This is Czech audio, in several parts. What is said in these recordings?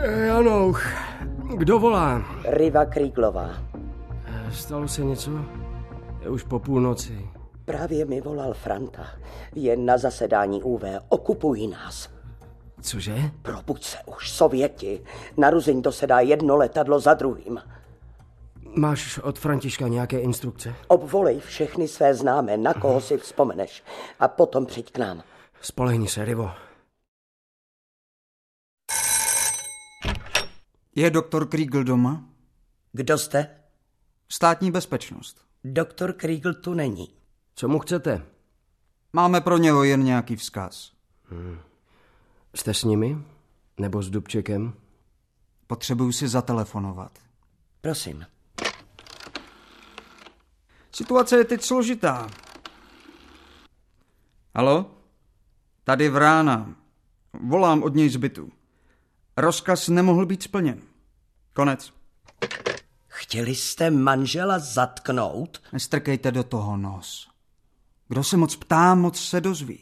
Janouch, kdo volá? Riva Krieglová. Stalo se něco? Je už po půlnoci. Právě mi volal Franta. Je na zasedání UV. Okupují nás. Cože? Probuď se už, Sověti. Na Ruzyň dosedá jedno letadlo za druhým. Máš od Františka nějaké instrukce? Obvolej všechny své známé, na koho si vzpomeneš. A potom přijď k nám. Spolehni se, Rivo. Je doktor Kriegl doma? Kdo jste? Státní bezpečnost. Doktor Kriegl tu není. Co mu chcete? Máme pro něho jen nějaký vzkaz. Jste s nimi? Nebo s Dubčekem? Potřebuju si zatelefonovat. Prosím. Situace je teď složitá. Haló? Tady Vrána. Volám od něj z bytu. Rozkaz nemohl být splněn. Konec. Chtěli jste manžela zatknout? Nestrkejte do toho nos. Kdo se moc ptá, moc se dozví.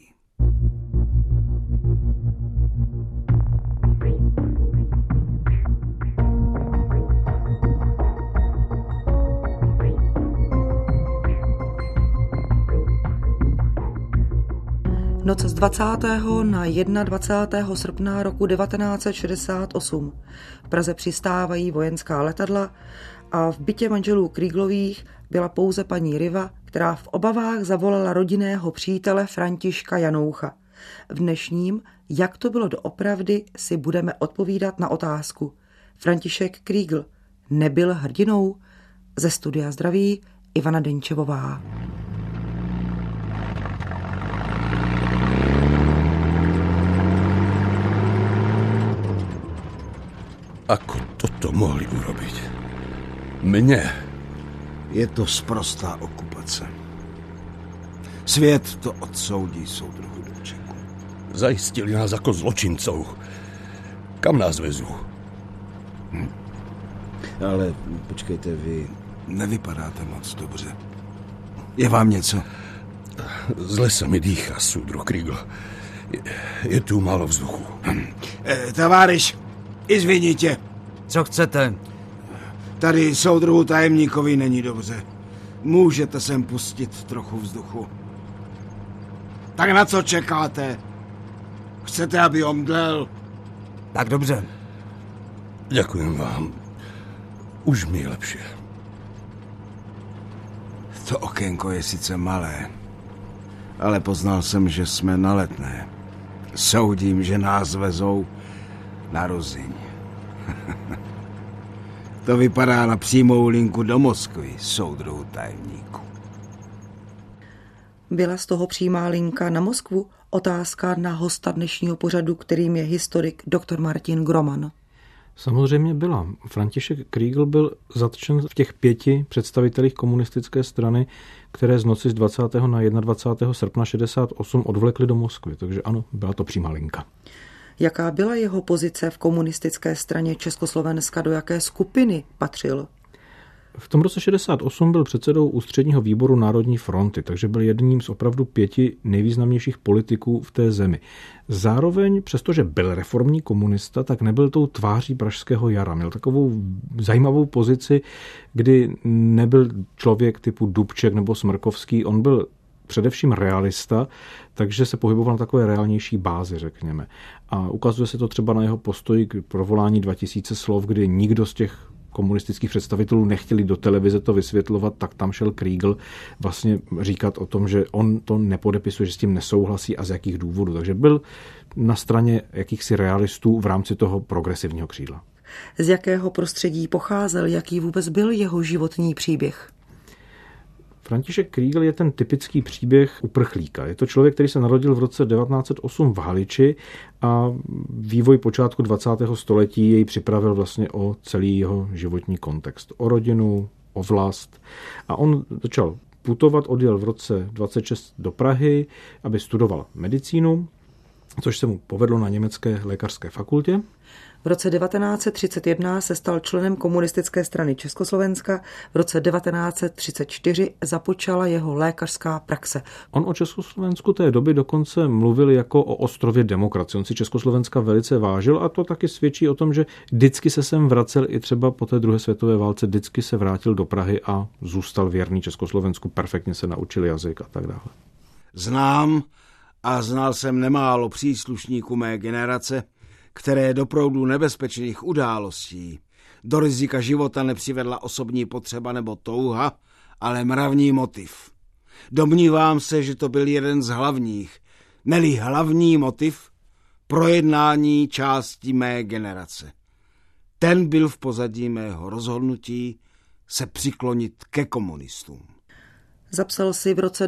Noc z 20. na 21. srpna roku 1968. V Praze přistávají vojenská letadla a v bytě manželů Krieglových byla pouze paní Riva, která v obavách zavolala rodinného přítele Františka Janoucha. V dnešním Jak to bylo doopravdy si budeme odpovídat na otázku. František Kriegl nebyl hrdinou? Ze studia zdraví Ivana Denčevová. Ako toto mohli urobiť? Mne? Je to sprostá okupace. Svět to odsoudí soudruhu Dubčeku. Zajistili nás ako zločincov. Kam nás vezú? Ale počkejte, vy nevypadáte moc dobře. Je vám něco? Zle sa mi dýcha, súdruh Kriegl. Je tu málo vzduchu. Továriš, izvinite. Co chcete? Tady soudruhu tajemníkovi není dobře. Můžete sem pustit trochu vzduchu. Tak na co čekáte? Chcete, aby omdlel? Tak dobře. Ďakujem vám. Už mi je lepšie. To okénko je sice malé, ale poznal jsem, že jsme na Letné. Soudím, že nás vezou na Ruzyň. To vypadá na přímou linku do Moskvy, soudruhu tajemníku. Byla z toho přímá linka na Moskvu? Otázka na hosta dnešního pořadu, kterým je historik dr. Martin Groman. Samozřejmě byla. František Kriegl byl zatčen v těch 5 představitelích komunistické strany, které z noci z 20. na 21. srpna 68 odvlekli do Moskvy. Takže ano, byla to přímá linka. Jaká byla jeho pozice v komunistické straně Československa, do jaké skupiny patřil? V tom roce 68 byl předsedou ústředního výboru Národní fronty, takže byl jedním z opravdu 5 nejvýznamnějších politiků v té zemi. Zároveň, přestože byl reformní komunista, tak nebyl tou tváří pražského jara. Měl takovou zajímavou pozici, kdy nebyl člověk typu Dubček nebo Smrkovský, on byl především realista, takže se pohyboval na takové reálnější bázi, řekněme. A ukazuje se to třeba na jeho postoji k provolání 2000 slov, kdy nikdo z těch komunistických představitelů nechtěli do televize to vysvětlovat, tak tam šel Kriegl vlastně říkat o tom, že on to nepodepisuje, že s tím nesouhlasí a z jakých důvodů. Takže byl na straně jakýchsi realistů v rámci toho progresivního křídla. Z jakého prostředí pocházel, jaký vůbec byl jeho životní příběh? František Kriegl je ten typický příběh uprchlíka. Je to člověk, který se narodil v roce 1908 v Haliči a vývoj počátku 20. století jej připravil vlastně o celý jeho životní kontext. O rodinu, o vlast. A on začal putovat, odjel v roce 26 do Prahy, aby studoval medicínu. což se mu povedlo na německé lékařské fakultě. V roce 1931 se stal členem Komunistické strany Československa, v roce 1934 započala jeho lékařská praxe. On o Československu té doby dokonce mluvil jako o ostrově demokracie. On si Československa velice vážil a to taky svědčí o tom, že vždycky se sem vracel i třeba po té druhé světové válce, vždycky se vrátil do Prahy a zůstal věrný Československu, perfektně se naučil jazyk a tak dále. Znám a znal jsem nemálo příslušníků mé generace, které do proudu nebezpečných událostí do rizika života nepřivedla osobní potřeba nebo touha, ale mravní motiv. Domnívám se, že to byl jeden z hlavních, ne-li hlavní motiv projednání části mé generace. Ten byl v pozadí mého rozhodnutí se přiklonit ke komunistům. Zapsal si v roce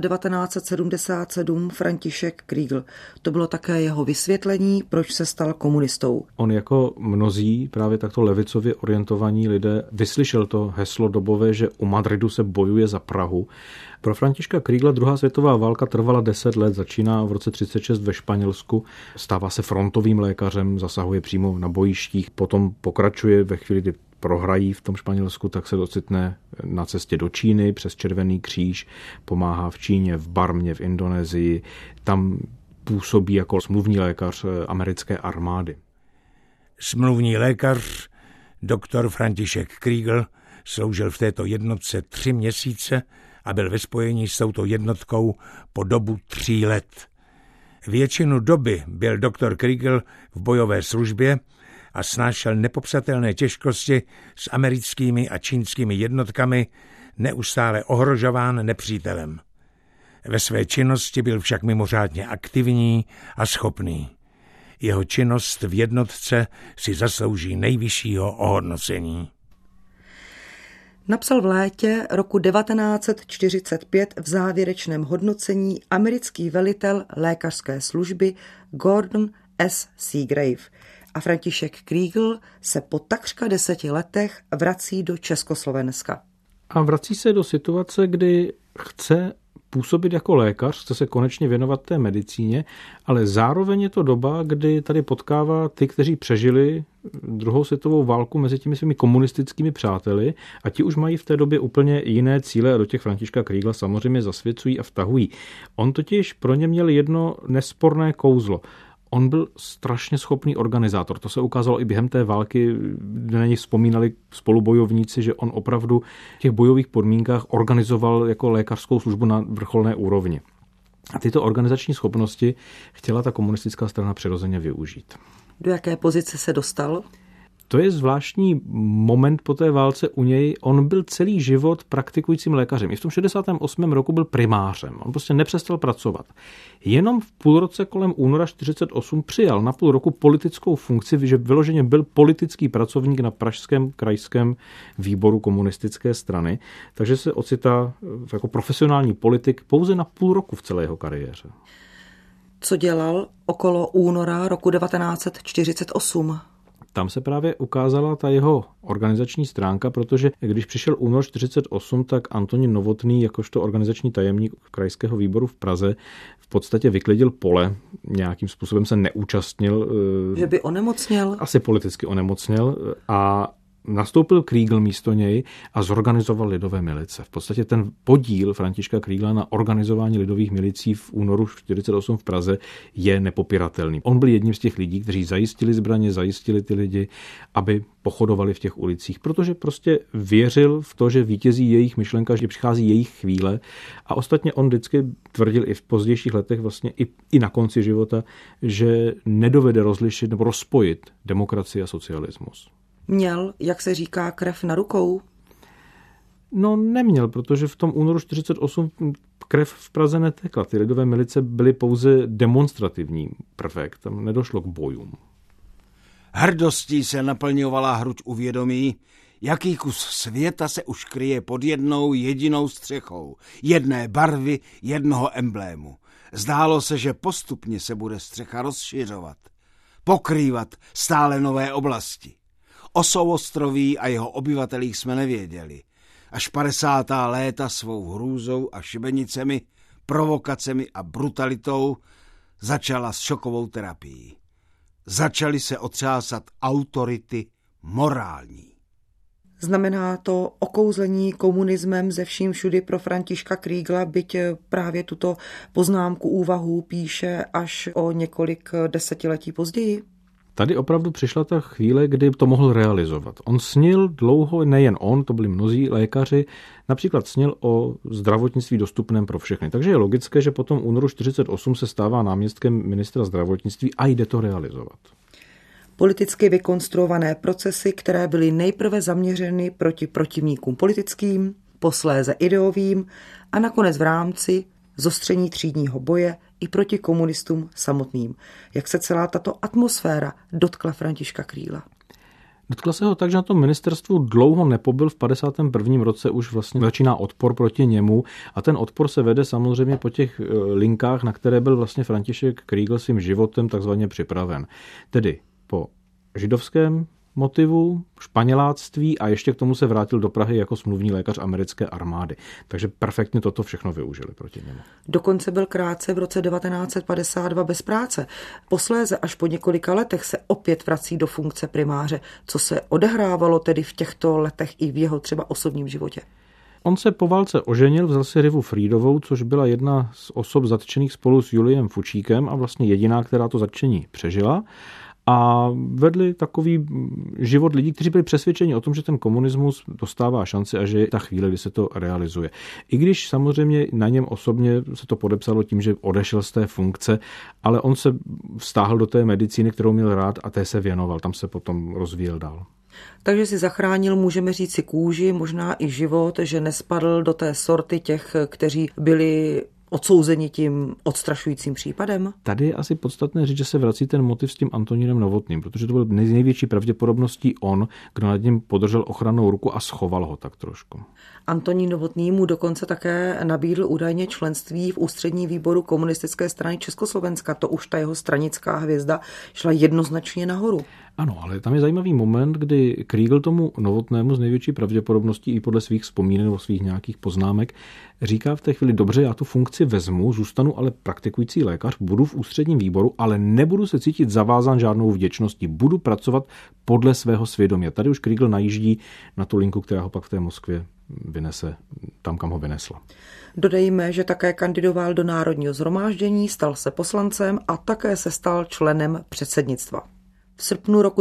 1977 František Kriegl. To bylo také jeho vysvětlení, proč se stal komunistou. On jako mnozí právě takto levicově orientovaní lidé vyslyšel to heslo dobové, že u Madridu se bojuje za Prahu. Pro Františka Kriegla druhá světová válka trvala 10 let, začíná v roce 1936 ve Španělsku, stává se frontovým lékařem, zasahuje přímo na bojištích, potom pokračuje ve chvíli, kdy prohrají v tom Španělsku, tak se ocitne na cestě do Číny přes Červený kříž, pomáhá v Číně, v Barmě, v Indonésii, tam působí jako smluvní lékař americké armády. Smluvní lékař, doktor František Kriegl, sloužil v této jednotce 3 měsíce a byl ve spojení s touto jednotkou po dobu 3 let. Většinu doby byl doktor Kriegl v bojové službě a snášel nepopsatelné těžkosti s americkými a čínskými jednotkami, neustále ohrožován nepřítelem. Ve své činnosti byl však mimořádně aktivní a schopný. Jeho činnost v jednotce si zaslouží nejvyššího ohodnocení. Napsal v létě roku 1945 v závěrečném hodnocení americký velitel lékařské služby Gordon S. Seagrave. A František Kriegl se po takřka 10 letech vrací do Československa. A vrací se do situace, kdy chce působit jako lékař, chce se konečně věnovat té medicíně, ale zároveň je to doba, kdy tady potkává ty, kteří přežili druhou světovou válku mezi těmi svými komunistickými přáteli a ti už mají v té době úplně jiné cíle a do těch Františka Kriegla samozřejmě zasvěcují a vtahují. On totiž pro ně měl jedno nesporné kouzlo. On byl strašně schopný organizátor. To se ukázalo i během té války, kde na něj vzpomínali spolubojovníci, že on opravdu v těch bojových podmínkách organizoval jako lékařskou službu na vrcholné úrovni. A tyto organizační schopnosti chtěla ta komunistická strana přirozeně využít. Do jaké pozice se dostal? To je zvláštní moment po té válce u něj. On byl celý život praktikujícím lékařem. I v tom 68. roku byl primářem. On prostě nepřestal pracovat. Jenom v půlroce kolem února 1948 přijal na půl roku politickou funkci, že vyloženě byl politický pracovník na pražském krajském výboru komunistické strany. Takže se ocitá jako profesionální politik pouze na půl roku v celé jeho kariéře. Co dělal okolo února roku 1948? Tam se právě ukázala ta jeho organizační stránka, protože když přišel únor 1948, tak Antonín Novotný, jakožto organizační tajemník krajského výboru v Praze, v podstatě vyklidil pole, nějakým způsobem se neúčastnil. Že by onemocněl? Asi politicky onemocněl a nastoupil Kriegl místo něj a zorganizoval lidové milice. V podstatě ten podíl Františka Kriegla na organizování lidových milicí v únoru 1948 v Praze je nepopiratelný. On byl jedním z těch lidí, kteří zajistili zbraně, zajistili ty lidi, aby pochodovali v těch ulicích, protože prostě věřil v to, že vítězí jejich myšlenka, že přichází jejich chvíle a ostatně on vždycky tvrdil i v pozdějších letech vlastně i na konci života, že nedovede rozlišit nebo rozpojit demokracii a socialismus. Měl, jak se říká, krev na rukou? No neměl, protože v tom únoru 1948 krev v Praze netekla. Ty lidové milice byly pouze demonstrativní prvek, tam nedošlo k bojům. Hrdostí se naplňovala hruď uvědomí, jaký kus světa se už kryje pod jednou jedinou střechou, jedné barvy, jednoho emblému. Zdálo se, že postupně se bude střecha rozšiřovat, pokrývat stále nové oblasti. O souostroví a jeho obyvatelích jsme nevěděli. Až 50. léta svou hrůzou a šibenicemi, provokacemi a brutalitou začala s šokovou terapií. Začaly se otřásat autority morální. Znamená to okouzlení komunismem ze vším všudy pro Františka Kriegla, byť právě tuto poznámku úvahu píše až o několik desetiletí později? Tady opravdu přišla ta chvíle, kdy to mohl realizovat. On snil dlouho, nejen on, to byli mnozí lékaři, například snil o zdravotnictví dostupném pro všechny. Takže je logické, že potom únoru 1948 se stává náměstkem ministra zdravotnictví a jde to realizovat. Politicky vykonstruované procesy, které byly nejprve zaměřeny proti protivníkům politickým, posléze ideovým a nakonec v rámci zostření třídního boje i proti komunistům samotným. Jak se celá tato atmosféra dotkla Františka Kriegla? Dotkla se ho tak, že na tom ministerstvu dlouho nepobyl. V 51. roce už vlastně začíná odpor proti němu a ten odpor se vede samozřejmě po těch linkách, na které byl vlastně František Kriegl svým životem takzvaně připraven. Tedy po židovském motivu, španěláctví a ještě k tomu se vrátil do Prahy jako smluvní lékař americké armády. Takže perfektně toto všechno využili proti němu. Dokonce byl krátce v roce 1952 bez práce. Posléze až po několika letech se opět vrací do funkce primáře. Co se odehrávalo tedy v těchto letech i v jeho třeba osobním životě? On se po válce oženil, vzal si Rivu Frýdovou, což byla jedna z osob zatčených spolu s Juliem Fučíkem a vlastně jediná, která to zatčení přežila. A vedli takový život lidí, kteří byli přesvědčeni o tom, že ten komunismus dostává šanci a že je ta chvíle, kdy se to realizuje. I když samozřejmě na něm osobně se to podepsalo tím, že odešel z té funkce, ale on se vztáhl do té medicíny, kterou měl rád a té se věnoval. Tam se potom rozvíjel dál. Takže si zachránil, můžeme říct, si kůži, možná i život, že nespadl do té sorty těch, kteří byli odsouzeni tím odstrašujícím případem? Tady je asi podstatné říct, že se vrací ten motiv s tím Antonínem Novotným, protože to byl největší pravděpodobností on, kdo nad ním podržel ochrannou ruku a schoval ho tak trošku. Antonín Novotný mu dokonce také nabídl údajně členství v ústředním výboru komunistické strany Československa. To už ta jeho stranická hvězda šla jednoznačně nahoru. Ano, ale tam je zajímavý moment, kdy Kriegl tomu Novotnému z největší pravděpodobností i podle svých vzpomínek nebo svých nějakých poznámek říká v té chvíli: dobře, já tu funkci vezmu, zůstanu ale praktikující lékař, budu v ústředním výboru, ale nebudu se cítit zavázán žádnou vděčností, budu pracovat podle svého svědomí. Tady už Kriegl najíždí na tu linku, která ho pak v té Moskvě vynese tam, kam ho vynesla. Dodejme, že také kandidoval do Národního shromáždění, stal se poslancem a také se stal členem předsednictva. V srpnu roku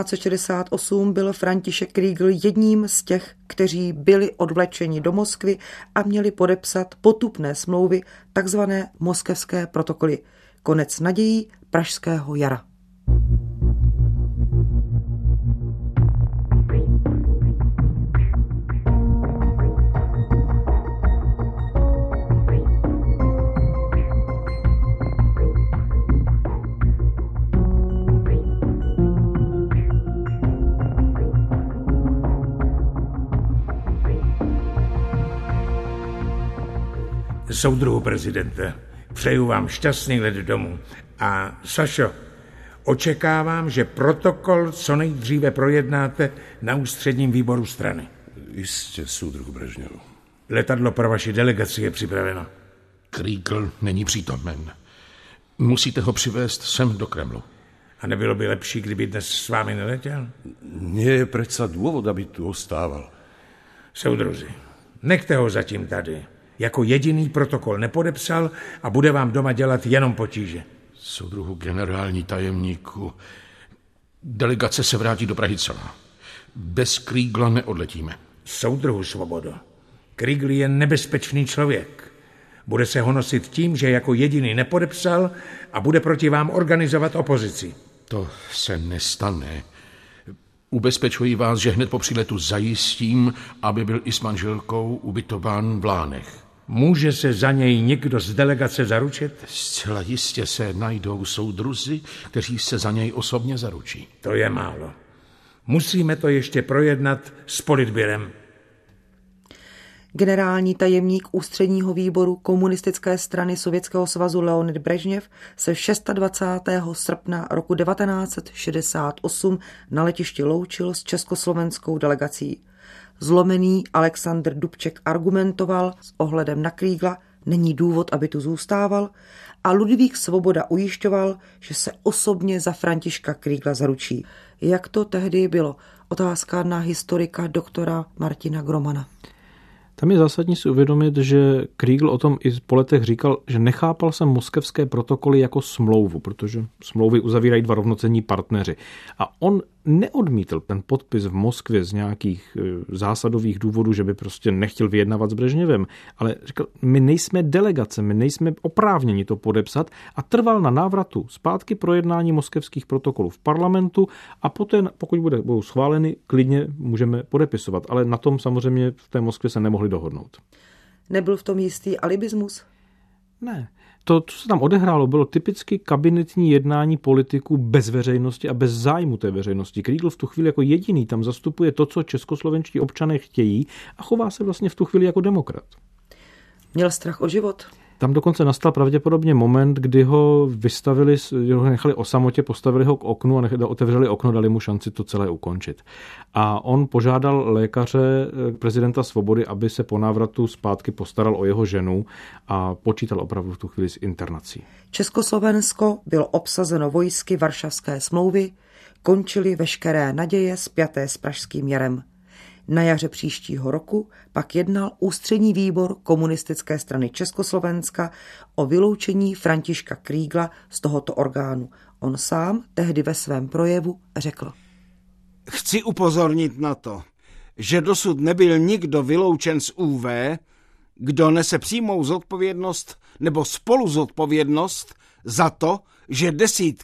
1968 byl František Kriegl jedním z těch, kteří byli odvlečeni do Moskvy a měli podepsat potupné smlouvy, takzvané moskevské protokoly. Konec nadějí pražského jara. Soudruhu prezidente, přeju vám šťastný let domů. A Sašo, očekávám, že protokol co nejdříve projednáte na ústředním výboru strany. Jistě, soudruhu Brežněv. Letadlo pro vaši delegaci je připraveno. Kriegl není přítomen. Musíte ho přivést sem do Kremlu. A nebylo by lepší, kdyby dnes s vámi neletěl? Nie je přece důvod, aby tu ostával. Soudruzi, nechte ho zatím tady. Jako jediný protokol nepodepsal a bude vám doma dělat jenom potíže. Soudruhu generální tajemníku, delegace se vrátí do Prahy celá. Bez Kriegla neodletíme. Soudruhu Svobodo, Kriegl je nebezpečný člověk. Bude se honosit tím, že jako jediný nepodepsal a bude proti vám organizovat opozici. To se nestane. Ubezpečuji vás, že hned po příletu zajistím, aby byl i s manželkou ubytován v Lánech. Může se za něj někdo z delegace zaručit? Zcela jistě se najdou soudruzi, kteří se za něj osobně zaručí. To je málo. Musíme to ještě projednat s politbyrem. Generální tajemník ústředního výboru komunistické strany Sovětského svazu Leonid Brežněv se 26. srpna roku 1968 na letišti loučil s československou delegací. Zlomený Alexandr Dubček argumentoval s ohledem na Kriegla, není důvod, aby tu zůstával a Ludvík Svoboda ujišťoval, že se osobně za Františka Kriegla zaručí. Jak to tehdy bylo? Otázka na historika doktora Martina Gromana. Tam je zásadní si uvědomit, že Kriegl o tom i po letech říkal, že nechápal jsem moskevské protokoly jako smlouvu, protože smlouvy uzavírají dva rovnocenní partneři. A on neodmítl ten podpis v Moskvě z nějakých zásadových důvodů, že by prostě nechtěl vyjednávat s Brežněvem, ale říkal, my nejsme delegace, my nejsme oprávněni to podepsat a trval na návratu zpátky projednání moskevských protokolů v parlamentu a poté, pokud budou schváleny, klidně můžeme podepisovat, ale na tom samozřejmě v té Moskvě se nemohli dohodnout. Nebyl v tom jistý alibismus? Ne. To, co se tam odehrálo, bylo typicky kabinetní jednání politiků bez veřejnosti a bez zájmu té veřejnosti. Kriegl v tu chvíli jako jediný tam zastupuje to, co českoslovenští občané chtějí a chová se vlastně v tu chvíli jako demokrat. Měl strach o život? Tam dokonce nastal pravděpodobně moment, kdy ho vystavili, ho nechali o samotě, postavili ho k oknu a otevřeli okno, dali mu šanci to celé ukončit. A on požádal lékaře prezidenta Svobody, aby se po návratu zpátky postaral o jeho ženu a počítal opravdu v tu chvíli s internací. Československo bylo obsazeno vojsky Varšavské smlouvy, končily veškeré naděje spjaté s Pražským jarem. Na jaře příštího roku pak jednal ústřední výbor Komunistické strany Československa o vyloučení Františka Kriegla z tohoto orgánu. On sám tehdy ve svém projevu řekl: Chci upozornit na to, že dosud nebyl nikdo vyloučen z UV, kdo nese přímou zodpovědnost nebo spoluzodpovědnost za to, že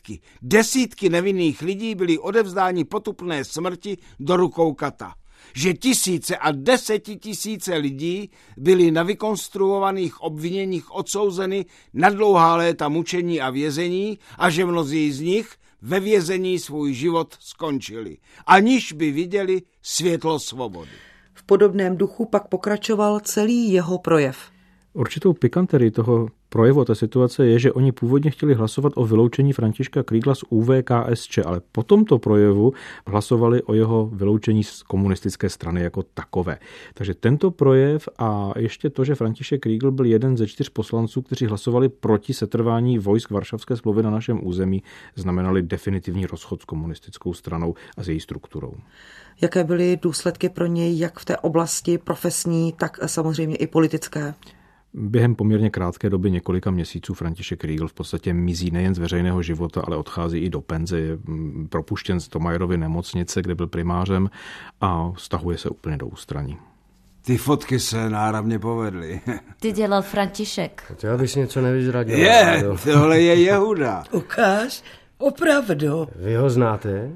desítky nevinných lidí byly odevzdáni potupné smrti do rukou kata. Že tisíce a desetitisíce lidí byli na vykonstruovaných obviněních odsouzeny na dlouhá léta mučení a vězení a že mnozí z nich ve vězení svůj život skončili, aniž by viděli světlo svobody. V podobném duchu pak pokračoval celý jeho projev. Určitou pikanterii toho projevu té situace je, že oni původně chtěli hlasovat o vyloučení Františka Kriegla z UVKSČ, ale po tomto projevu hlasovali o jeho vyloučení z komunistické strany jako takové. Takže tento projev a ještě to, že František Kriegl byl jeden ze 4 poslanců, kteří hlasovali proti setrvání vojsk Varšavské smlouvy na našem území, znamenali definitivní rozchod s komunistickou stranou a s její strukturou. Jaké byly důsledky pro něj jak v té oblasti profesní, tak samozřejmě i politické? Během poměrně krátké doby, několika měsíců, František Kriegl v podstatě mizí nejen z veřejného života, ale odchází i do penze. Je propuštěn z Tomajerovy nemocnice, kde byl primářem a stahuje se úplně do ústraní. Ty fotky se náravně povedly. Ty dělal František. To já bys něco nevyzradil. Tohle je Jehuda. Ukáž, opravdu. Vy ho znáte?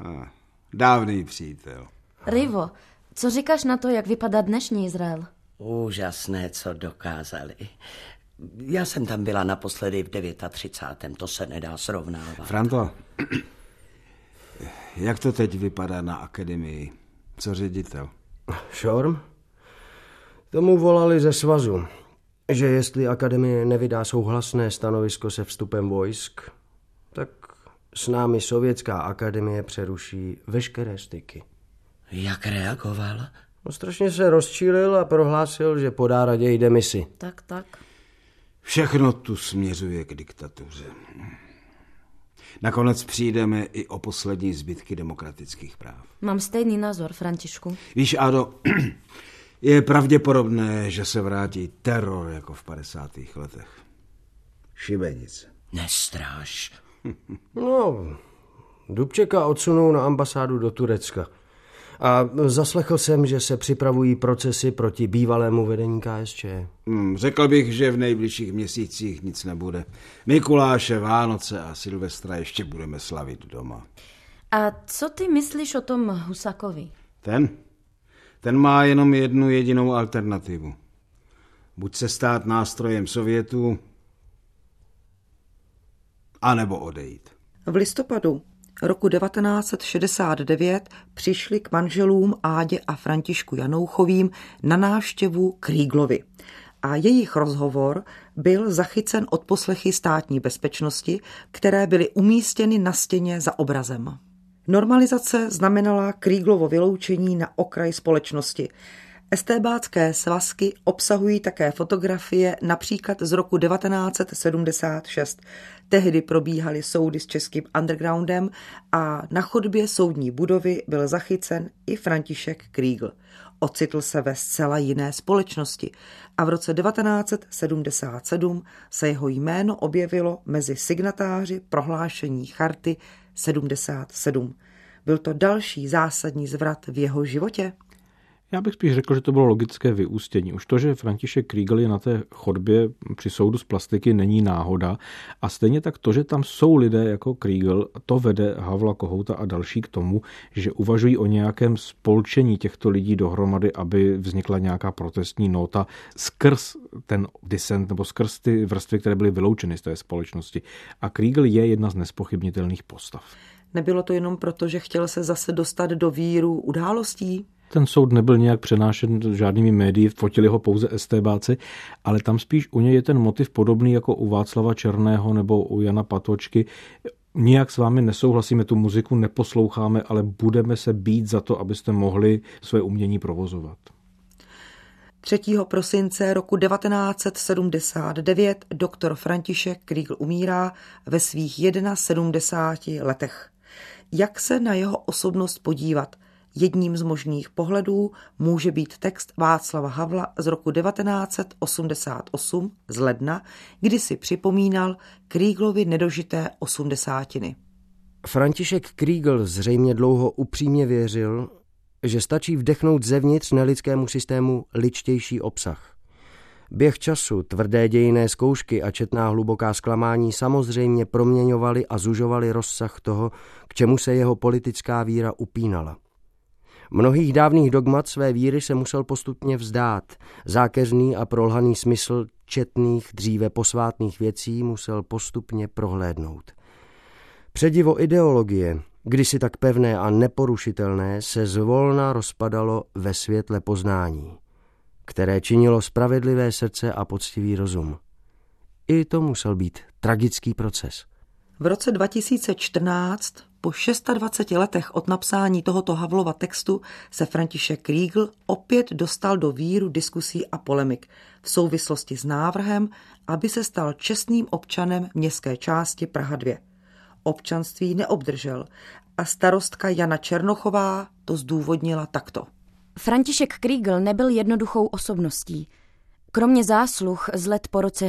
Dávný přítel. Rivo, co říkáš na to, jak vypadá dnešní Izrael? Úžasné, co dokázali. Já jsem tam byla naposledy v 39. To se nedá srovnávat. Franto, jak to teď vypadá na akademii? Co ředitel? Šorm? Tomu volali ze svazu, že jestli akademie nevydá souhlasné stanovisko se vstupem vojsk, tak s námi sovětská akademie přeruší veškeré styky. Jak reagoval? No, strašně se rozčílil a prohlásil, že podá raději demisi. Tak. Všechno tu směřuje k diktatuře. Nakonec přijdeme i o poslední zbytky demokratických práv. Mám stejný názor, Františku. Víš, Ado, je pravděpodobné, že se vrátí teror jako v 50. letech. Šibenice. Nestráž. No, Dubčeka odsunou na ambasádu do Turecka. A zaslechl jsem, že se připravují procesy proti bývalému vedení KSČ. Řekl bych, že v nejbližších měsících nic nebude. Mikuláše, Vánoce a Silvestra ještě budeme slavit doma. A co ty myslíš o tom Husákovi? Ten má jenom jednu jedinou alternativu. Buď se stát nástrojem Sovětů, anebo odejít. V listopadu roku 1969 přišli k manželům Ádě a Františku Janouchovým na návštěvu Krieglovi. A jejich rozhovor byl zachycen odposlechy státní bezpečnosti, které byly umístěny na stěně za obrazem. Normalizace znamenala Krieglovo vyloučení na okraj společnosti Estébácké svazky obsahují také fotografie například z roku 1976. Tehdy probíhaly soudy s českým undergroundem a na chodbě soudní budovy byl zachycen i František Kriegl. Ocitl se ve zcela jiné společnosti a v roce 1977 se jeho jméno objevilo mezi signatáři prohlášení Charty 77. Byl to další zásadní zvrat v jeho životě? Já bych spíš řekl, že to bylo logické vyústění. Už to, že František Kriegl je na té chodbě při soudu z plastiky, není náhoda. A stejně tak to, že tam jsou lidé jako Kriegl, to vede Havla Kohouta a další k tomu, že uvažují o nějakém spolčení těchto lidí dohromady, aby vznikla nějaká protestní nota skrz ten disent nebo skrz ty vrstvy, které byly vyloučeny z té společnosti. A Kriegl je jedna z nespochybnitelných postav. Nebylo to jenom proto, že chtěl se zase dostat do víru událostí? Ten soud nebyl nějak přenášen žádnými médii, fotili ho pouze estébáci, ale tam spíš u něj je ten motiv podobný jako u Václava Černého nebo u Jana Patočky. Nijak s vámi nesouhlasíme, tu muziku neposloucháme, ale budeme se bít za to, abyste mohli své umění provozovat. 3. prosince roku 1979 doktor František Kriegl umírá ve svých 71 letech. Jak se na jeho osobnost podívat? Jedním z možných pohledů může být text Václava Havla z roku 1988 z ledna, kdy si připomínal Krieglovi nedožité 80. František Kriegl zřejmě dlouho upřímně věřil, že stačí vdechnout zevnitř nelidskému systému ličtější obsah. Běh času, tvrdé dějinné zkoušky a četná hluboká zklamání samozřejmě proměňovaly a zužovaly rozsah toho, k čemu se jeho politická víra upínala. Mnohých dávných dogmat své víry se musel postupně vzdát. Zákeřný a prolhaný smysl četných, dříve posvátných věcí musel postupně prohlédnout. Předivo ideologie, kdysi tak pevné a neporušitelné, se zvolna rozpadalo ve světle poznání, které činilo spravedlivé srdce a poctivý rozum. I to musel být tragický proces. V roce 2014, po 26 letech od napsání tohoto Havlova textu, se František Kriegl opět dostal do víru diskusí a polemik v souvislosti s návrhem, aby se stal čestným občanem městské části Praha 2. Občanství neobdržel a starostka Jana Černochová to zdůvodnila takto. František Kriegl nebyl jednoduchou osobností. Kromě zásluh z let po roce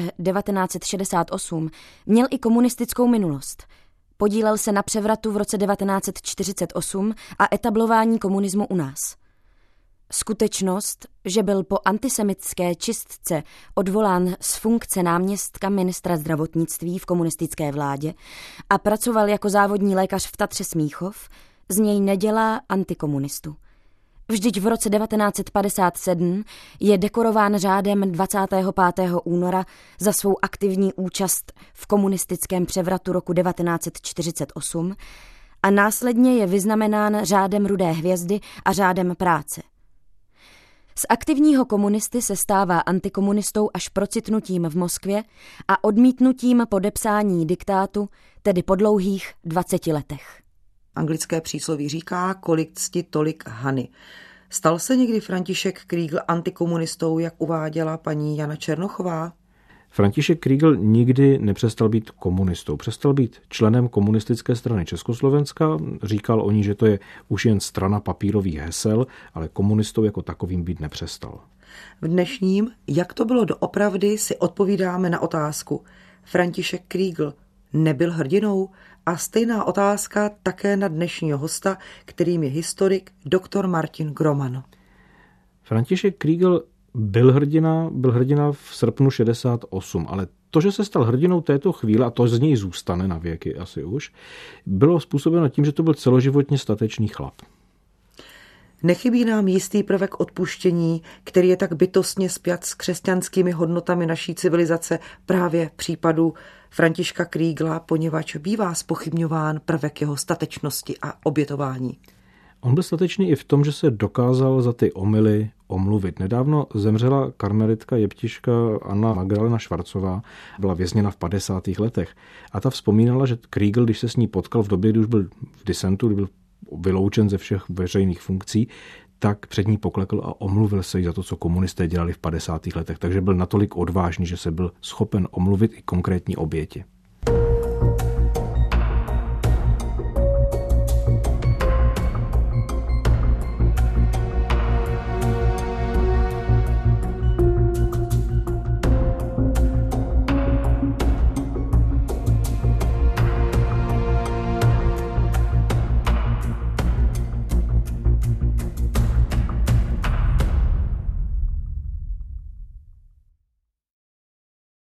1968 měl i komunistickou minulost. Podílel se na převratu v roce 1948 a etablování komunismu u nás. Skutečnost, že byl po antisemitské čistce odvolán z funkce náměstka ministra zdravotnictví v komunistické vládě a pracoval jako závodní lékař v Tatře Smíchov, z něj nedělá antikomunistu. Vždyť v roce 1957 je dekorován řádem 25. února za svou aktivní účast v komunistickém převratu roku 1948 a následně je vyznamenán řádem Rudé hvězdy a řádem práce. Z aktivního komunisty se stává antikomunistou až procitnutím v Moskvě a odmítnutím podepsání diktátu, tedy po dlouhých 20 letech. Anglické přísloví říká, kolik cti, tolik hany. Stal se někdy František Kriegl antikomunistou, jak uváděla paní Jana Černochová? František Kriegl nikdy nepřestal být komunistou. Přestal být členem komunistické strany Československa. Říkal o ní, že to je už jen strana papírových hesel, ale komunistou jako takovým být nepřestal. V dnešním, jak to bylo doopravdy, si odpovídáme na otázku. František Kriegl nebyl hrdinou? A stejná otázka také na dnešního hosta, kterým je historik dr. Martin Groman. František Kriegl byl hrdina v srpnu 68, ale to, že se stal hrdinou této chvíle, a to z něj zůstane na věky asi už, bylo způsobeno tím, že to byl celoživotně statečný chlap. Nechybí nám jistý prvek odpuštění, který je tak bytostně spjat s křesťanskými hodnotami naší civilizace právě v případu Františka Kriegla, poněvadž bývá zpochybňován prvek jeho statečnosti a obětování. On byl statečný i v tom, že se dokázal za ty omyly omluvit. Nedávno zemřela karmelitka jeptiška Anna Magdalena Švarcová, byla vězněna v 50. letech a ta vzpomínala, že Kriegl, když se s ní potkal v době, kdy už byl v disentu, kdy byl vyloučen ze všech veřejných funkcí, tak před ní poklekl a omluvil se jí za to, co komunisté dělali v 50. letech. Takže byl natolik odvážný, že se byl schopen omluvit i konkrétní oběti.